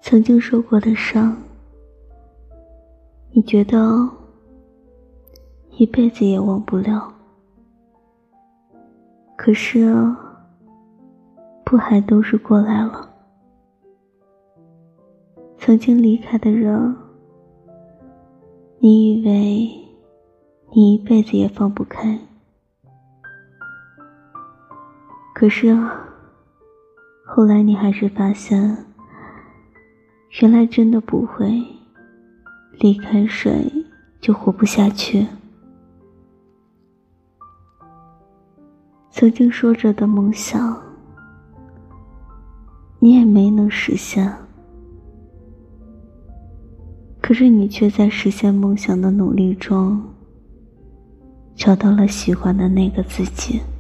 曾经受过的伤，你觉得一辈子也忘不了，可是不还都是过来了。曾经离开的人，你以为你一辈子也放不开，可是后来你还是发现，原来真的不会，离开谁就活不下去。曾经说着的梦想，你也没能实现，可是你却在实现梦想的努力中，找到了喜欢的那个自己。